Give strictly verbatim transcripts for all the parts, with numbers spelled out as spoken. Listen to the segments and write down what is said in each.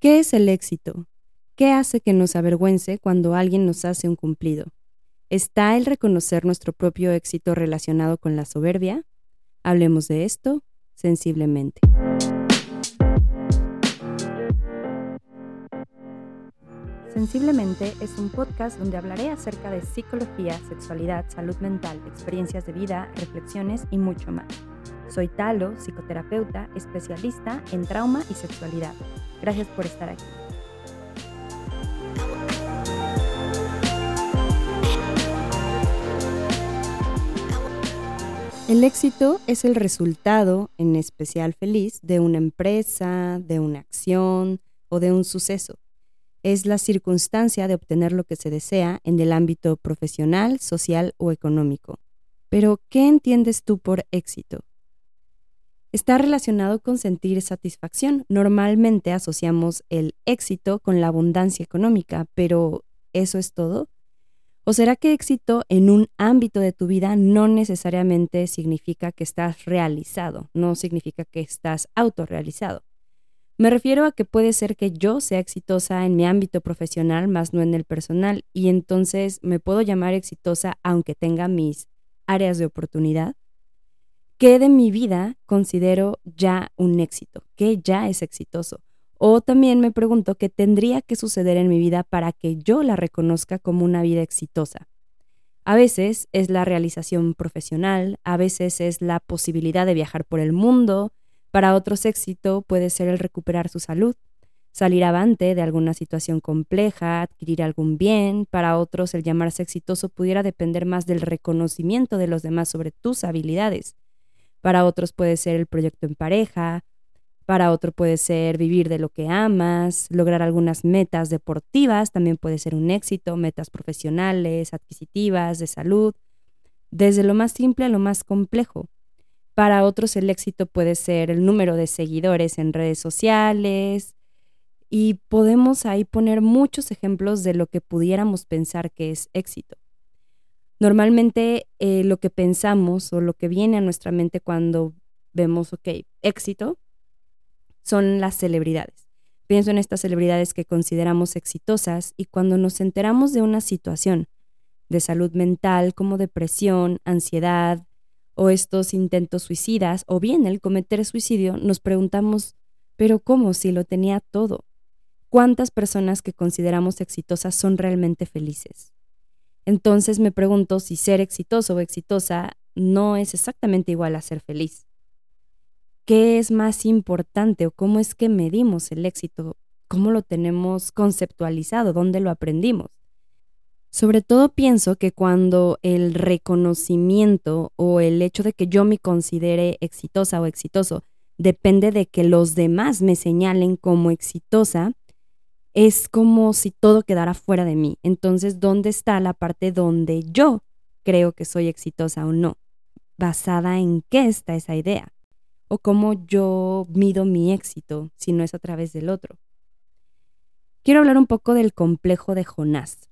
¿Qué es el éxito? ¿Qué hace que nos avergüence cuando alguien nos hace un cumplido? ¿Está el reconocer nuestro propio éxito relacionado con la soberbia? Hablemos de esto sensiblemente. Sensiblemente es un podcast donde hablaré acerca de psicología, sexualidad, salud mental, experiencias de vida, reflexiones y mucho más. Soy Talo, psicoterapeuta, especialista en trauma y sexualidad. Gracias por estar aquí. El éxito es el resultado, en especial feliz, de una empresa, de una acción o de un suceso. Es la circunstancia de obtener lo que se desea en el ámbito profesional, social o económico. Pero, ¿qué entiendes tú por éxito? Está relacionado con sentir satisfacción. Normalmente asociamos el éxito con la abundancia económica, pero ¿eso es todo? ¿O será que éxito en un ámbito de tu vida no necesariamente significa que estás realizado, no significa que estás autorrealizado? Me refiero a que puede ser que yo sea exitosa en mi ámbito profesional, más no en el personal, y entonces me puedo llamar exitosa aunque tenga mis áreas de oportunidad. ¿Qué de mi vida considero ya un éxito? ¿Qué ya es exitoso? O también me pregunto qué tendría que suceder en mi vida para que yo la reconozca como una vida exitosa. A veces es la realización profesional, a veces es la posibilidad de viajar por el mundo. Para otros éxito puede ser el recuperar su salud, salir avante de alguna situación compleja, adquirir algún bien. Para otros el llamarse exitoso pudiera depender más del reconocimiento de los demás sobre tus habilidades. Para otros puede ser el proyecto en pareja, para otro puede ser vivir de lo que amas, lograr algunas metas deportivas, también puede ser un éxito, metas profesionales, adquisitivas, de salud, desde lo más simple a lo más complejo. Para otros el éxito puede ser el número de seguidores en redes sociales y podemos ahí poner muchos ejemplos de lo que pudiéramos pensar que es éxito. Normalmente eh, lo que pensamos o lo que viene a nuestra mente cuando vemos, ok, éxito, son las celebridades. Pienso en estas celebridades que consideramos exitosas y cuando nos enteramos de una situación de salud mental como depresión, ansiedad o estos intentos suicidas o bien el cometer suicidio, nos preguntamos, ¿pero cómo si lo tenía todo? ¿Cuántas personas que consideramos exitosas son realmente felices? Entonces me pregunto si ser exitoso o exitosa no es exactamente igual a ser feliz. ¿Qué es más importante o cómo es que medimos el éxito? ¿Cómo lo tenemos conceptualizado? ¿Dónde lo aprendimos? Sobre todo pienso que cuando el reconocimiento o el hecho de que yo me considere exitosa o exitoso depende de que los demás me señalen como exitosa, es como si todo quedara fuera de mí. Entonces, ¿dónde está la parte donde yo creo que soy exitosa o no? ¿Basada en qué está esa idea? ¿O cómo yo mido mi éxito si no es a través del otro? Quiero hablar un poco del complejo de Jonás.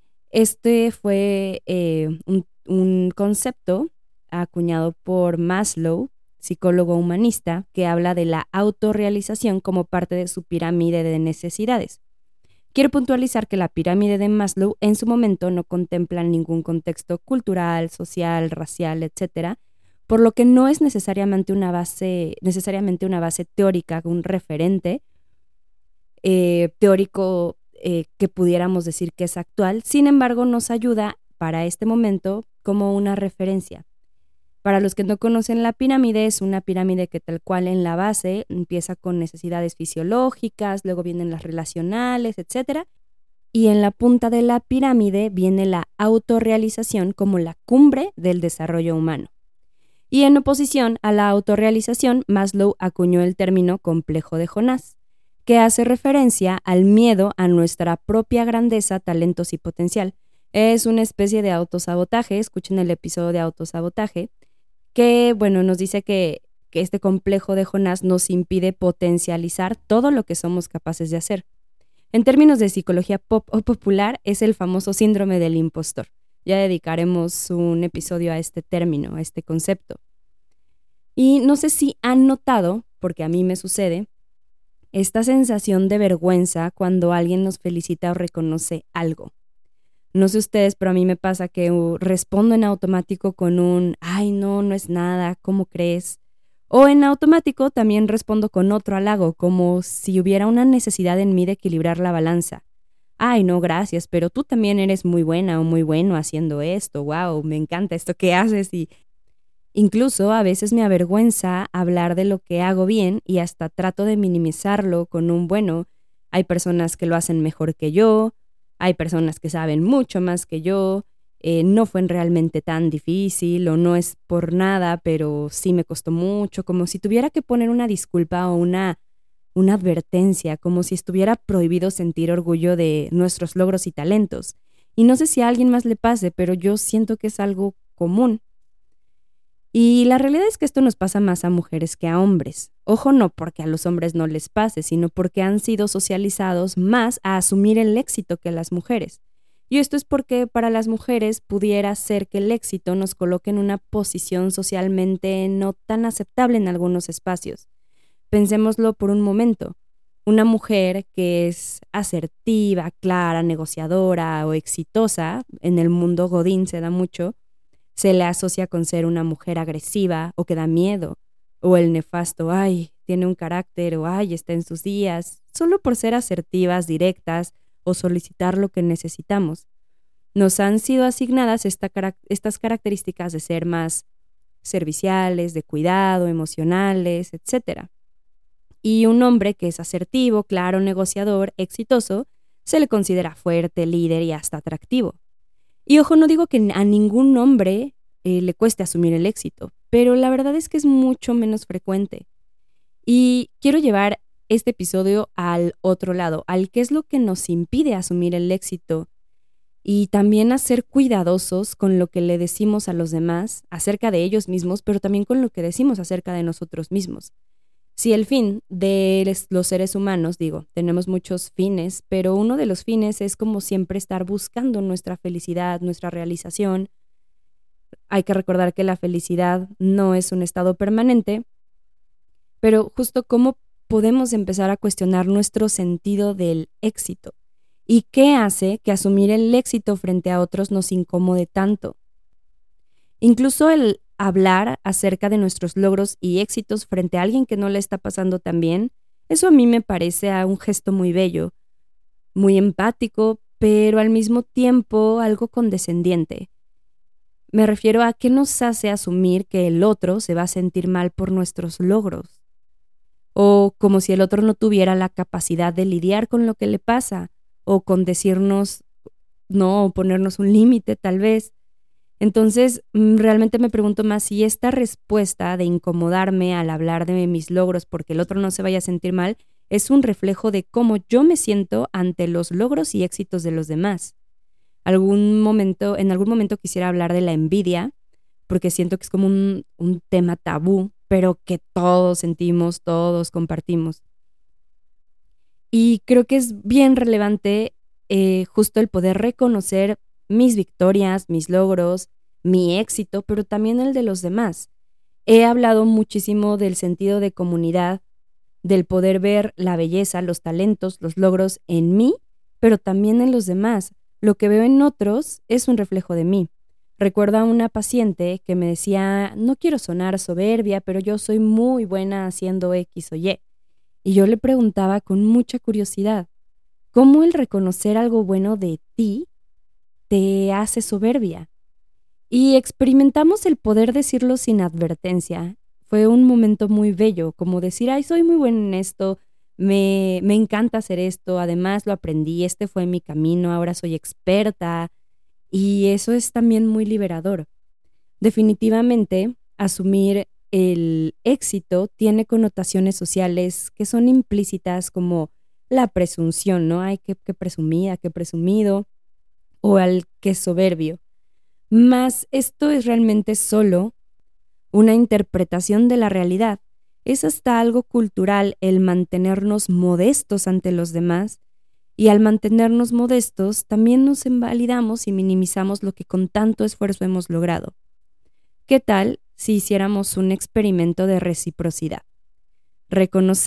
Este fue eh, un, un concepto acuñado por Maslow, psicólogo humanista, que habla de la autorrealización como parte de su pirámide de necesidades. Quiero puntualizar que la pirámide de Maslow en su momento no contempla ningún contexto cultural, social, racial, etcétera, por lo que no es necesariamente una base, necesariamente una base teórica, un referente eh, teórico eh, que pudiéramos decir que es actual. Sin embargo, nos ayuda para este momento como una referencia. Para los que no conocen la pirámide, es una pirámide que tal cual en la base empieza con necesidades fisiológicas, luego vienen las relacionales, etcétera. Y en la punta de la pirámide viene la autorrealización como la cumbre del desarrollo humano. Y en oposición a la autorrealización, Maslow acuñó el término complejo de Jonás, que hace referencia al miedo a nuestra propia grandeza, talentos y potencial. Es una especie de autosabotaje, escuchen el episodio de autosabotaje, que bueno, nos dice que, que este complejo de Jonás nos impide potencializar todo lo que somos capaces de hacer. En términos de psicología pop o popular, es el famoso síndrome del impostor. Ya dedicaremos un episodio a este término, a este concepto. Y no sé si han notado, porque a mí me sucede, esta sensación de vergüenza cuando alguien nos felicita o reconoce algo. No sé ustedes, pero a mí me pasa que uh, respondo en automático con un "ay, no, no es nada, ¿cómo crees?". O en automático también respondo con otro halago, como si hubiera una necesidad en mí de equilibrar la balanza. "Ay, no, gracias, pero tú también eres muy buena o muy bueno haciendo esto, wow, me encanta esto que haces", y incluso a veces me avergüenza hablar de lo que hago bien y hasta trato de minimizarlo con un bueno, hay personas que lo hacen mejor que yo, hay personas que saben mucho más que yo, eh, no fue realmente tan difícil o no es por nada, pero sí me costó mucho, como si tuviera que poner una disculpa o una, una advertencia, como si estuviera prohibido sentir orgullo de nuestros logros y talentos. Y no sé si a alguien más le pase, pero yo siento que es algo común. Y la realidad es que esto nos pasa más a mujeres que a hombres. Ojo, no porque a los hombres no les pase, sino porque han sido socializados más a asumir el éxito que las mujeres. Y esto es porque para las mujeres pudiera ser que el éxito nos coloque en una posición socialmente no tan aceptable en algunos espacios. Pensémoslo por un momento. Una mujer que es asertiva, clara, negociadora o exitosa, en el mundo godín se da mucho, se le asocia con ser una mujer agresiva o que da miedo, o el nefasto, ay, tiene un carácter, o ay, está en sus días, solo por ser asertivas, directas o solicitar lo que necesitamos. Nos han sido asignadas esta, estas características de ser más serviciales, de cuidado, emocionales, etcétera. Y un hombre que es asertivo, claro, negociador, exitoso, se le considera fuerte, líder y hasta atractivo. Y ojo, no digo que a ningún hombre eh, le cueste asumir el éxito, pero la verdad es que es mucho menos frecuente. Y quiero llevar este episodio al otro lado, al qué es lo que nos impide asumir el éxito y también a ser cuidadosos con lo que le decimos a los demás acerca de ellos mismos, pero también con lo que decimos acerca de nosotros mismos. Si el fin de los seres humanos, digo, tenemos muchos fines, pero uno de los fines es como siempre estar buscando nuestra felicidad, nuestra realización. Hay que recordar que la felicidad no es un estado permanente, pero justo cómo podemos empezar a cuestionar nuestro sentido del éxito y qué hace que asumir el éxito frente a otros nos incomode tanto. Incluso el hablar acerca de nuestros logros y éxitos frente a alguien que no le está pasando tan bien, eso a mí me parece un gesto muy bello, muy empático, pero al mismo tiempo algo condescendiente. Me refiero a qué nos hace asumir que el otro se va a sentir mal por nuestros logros, o como si el otro no tuviera la capacidad de lidiar con lo que le pasa, o con decirnos no, o ponernos un límite tal vez. Entonces, realmente me pregunto más si esta respuesta de incomodarme al hablar de mis logros porque el otro no se vaya a sentir mal es un reflejo de cómo yo me siento ante los logros y éxitos de los demás. Algún momento, en algún momento quisiera hablar de la envidia, porque siento que es como un, un tema tabú, pero que todos sentimos, todos compartimos. Y creo que es bien relevante eh, justo el poder reconocer mis victorias, mis logros, mi éxito, pero también el de los demás. He hablado muchísimo del sentido de comunidad, del poder ver la belleza, los talentos, los logros en mí, pero también en los demás. Lo que veo en otros es un reflejo de mí. Recuerdo a una paciente que me decía, no quiero sonar soberbia, pero yo soy muy buena haciendo X o Y. Y yo le preguntaba con mucha curiosidad, ¿cómo el reconocer algo bueno de ti te hace soberbia? Y experimentamos el poder decirlo sin advertencia. Fue un momento muy bello, como decir, ay, soy muy buena en esto, me, me encanta hacer esto, además lo aprendí, este fue mi camino, ahora soy experta. Y eso es también muy liberador. Definitivamente, asumir el éxito tiene connotaciones sociales que son implícitas como la presunción, ¿no? Ay, qué, qué presumida, qué presumido, o al que soberbio. Mas esto es realmente solo una interpretación de la realidad. Es hasta algo cultural el mantenernos modestos ante los demás, y al mantenernos modestos también nos invalidamos y minimizamos lo que con tanto esfuerzo hemos logrado. ¿Qué tal si hiciéramos un experimento de reciprocidad? Reconocer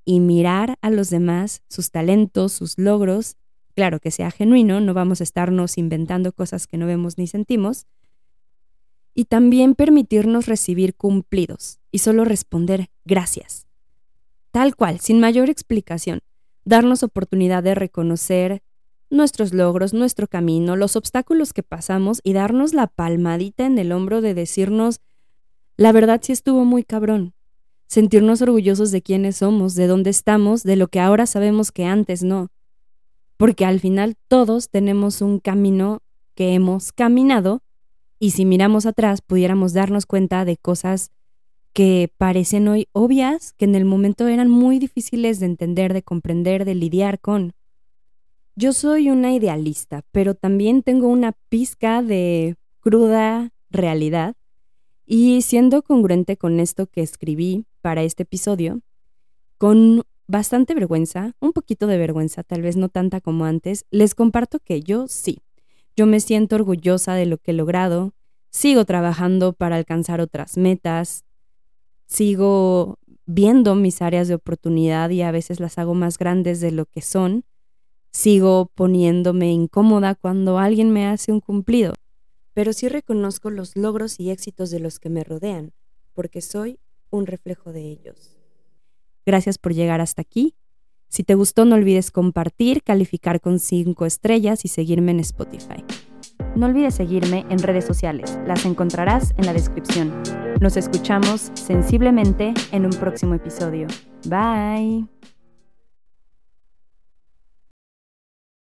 y mirar a los demás, sus talentos, sus logros. Claro, que sea genuino, no vamos a estarnos inventando cosas que no vemos ni sentimos. Y también permitirnos recibir cumplidos y solo responder gracias. Tal cual, sin mayor explicación. Darnos oportunidad de reconocer nuestros logros, nuestro camino, los obstáculos que pasamos y darnos la palmadita en el hombro de decirnos, la verdad sí estuvo muy cabrón. Sentirnos orgullosos de quiénes somos, de dónde estamos, de lo que ahora sabemos que antes no. Porque al final todos tenemos un camino que hemos caminado y si miramos atrás pudiéramos darnos cuenta de cosas que parecen hoy obvias, que en el momento eran muy difíciles de entender, de comprender, de lidiar con. Yo soy una idealista, pero también tengo una pizca de cruda realidad y siendo congruente con esto que escribí para este episodio, con bastante vergüenza, un poquito de vergüenza, tal vez no tanta como antes, les comparto que yo sí, yo me siento orgullosa de lo que he logrado, sigo trabajando para alcanzar otras metas, sigo viendo mis áreas de oportunidad y a veces las hago más grandes de lo que son. Sigo poniéndome incómoda cuando alguien me hace un cumplido, pero sí reconozco los logros y éxitos de los que me rodean, porque soy un reflejo de ellos. Gracias por llegar hasta aquí. Si te gustó, no olvides compartir, calificar con cinco estrellas y seguirme en Spotify. No olvides seguirme en redes sociales, las encontrarás en la descripción. Nos escuchamos sensiblemente en un próximo episodio. Bye.